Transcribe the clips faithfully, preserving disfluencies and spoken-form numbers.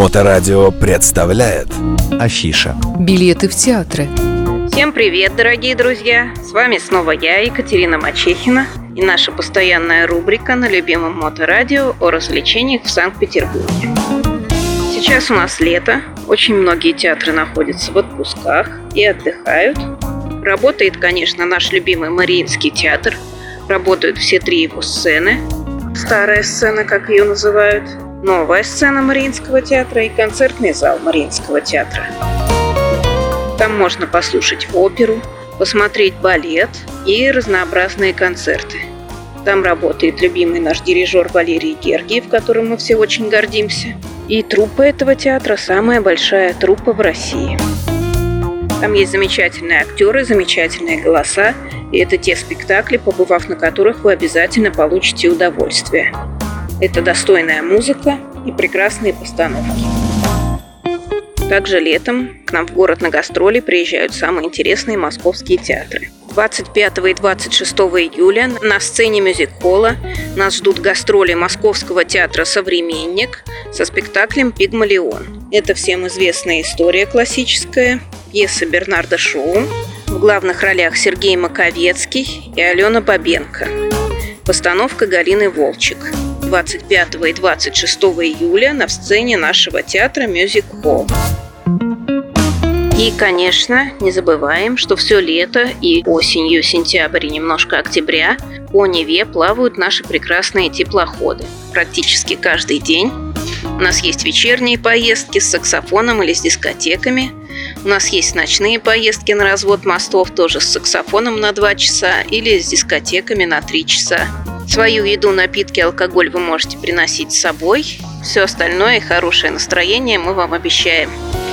Моторадио представляет Афиша. Билеты в театры. Всем привет, дорогие друзья! С вами снова я, Екатерина Мачехина, и наша постоянная рубрика на любимом Моторадио о развлечениях в Санкт-Петербурге. Сейчас у нас лето, очень многие театры находятся в отпусках и отдыхают. Работает, конечно, наш любимый Мариинский театр, работают все три его сцены. Старая сцена, как ее называют, новая сцена Мариинского театра и концертный зал Мариинского театра. Там можно послушать оперу, посмотреть балет и разнообразные концерты. Там работает любимый наш дирижер Валерий Гергиев, которым мы все очень гордимся. И труппа этого театра самая большая труппа в России. Там есть замечательные актеры, замечательные голоса, и это те спектакли, побывав на которых вы обязательно получите удовольствие. Это достойная музыка и прекрасные постановки. Также летом к нам в город на гастроли приезжают самые интересные московские театры. двадцать пятого и двадцать шестого июля на сцене мюзик-холла нас ждут гастроли Московского театра «Современник» со спектаклем «Пигмалион». Это всем известная история классическая, пьеса Бернарда Шоу. В главных ролях Сергей Маковецкий и Алена Бабенко. Постановка Галины Волчек. двадцать пятого и двадцать шестого июля на сцене нашего театра «Мюзик-холл». И, конечно, не забываем, что все лето и осенью, сентябрь и немножко октября по Неве плавают наши прекрасные теплоходы. Практически каждый день. У нас есть вечерние поездки с саксофоном или с дискотеками. У нас есть ночные поездки на развод мостов, тоже с саксофоном на два часа или с дискотеками на три часа. Свою еду, напитки, алкоголь вы можете приносить с собой. Все остальное и хорошее настроение мы вам обещаем.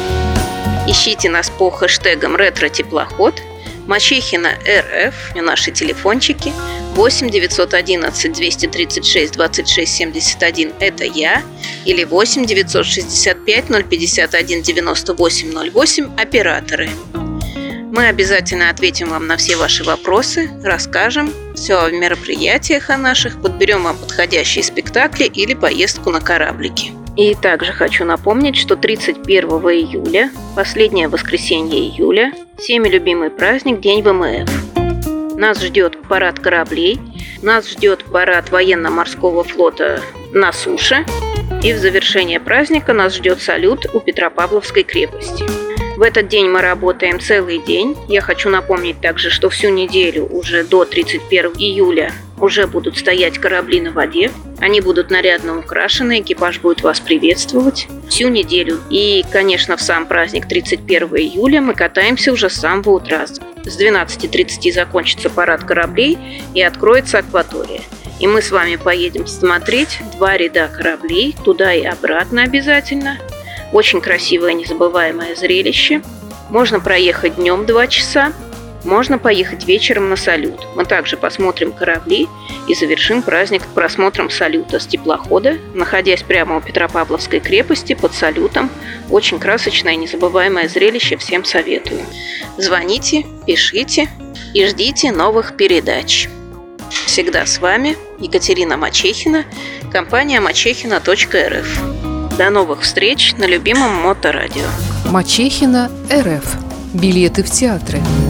Ищите нас по хэштегам «Ретро-теплоход», Мачехина эр эф, наши телефончики восемь девятьсот одиннадцать двести тридцать шесть двадцать шесть семьдесят один – это я, или восемь девятьсот шестьдесят пять ноль пятьдесят один девяносто восемь ноль восемь – операторы. Мы обязательно ответим вам на все ваши вопросы, расскажем все о мероприятиях о наших, подберем вам подходящие спектакли или поездку на кораблике. И также хочу напомнить, что тридцать первого июля, последнее воскресенье июля, всеми любимый праздник – День вэ эм эф. Нас ждет парад кораблей, нас ждет парад военно-морского флота на суше, и в завершение праздника нас ждет салют у Петропавловской крепости. В этот день мы работаем целый день. Я хочу напомнить также, что всю неделю уже до тридцать первого июля уже будут стоять корабли на воде. Они будут нарядно украшены, экипаж будет вас приветствовать всю неделю. И, конечно, в сам праздник тридцать первого июля мы катаемся уже с самого утра. С двенадцати тридцати закончится парад кораблей и откроется акватория. И мы с вами поедем смотреть два ряда кораблей, туда и обратно обязательно. Очень красивое, незабываемое зрелище. Можно проехать днем два часа, можно поехать вечером на салют. Мы также посмотрим корабли и завершим праздник просмотром салюта с теплохода, находясь прямо у Петропавловской крепости под салютом. Очень красочное, незабываемое зрелище, всем советую. Звоните, пишите и ждите новых передач. Всегда с вами Екатерина Мачехина, компания мачехина точка эр эф. До новых встреч на любимом Моторадио. Мачехина эр эф. Билеты в театры.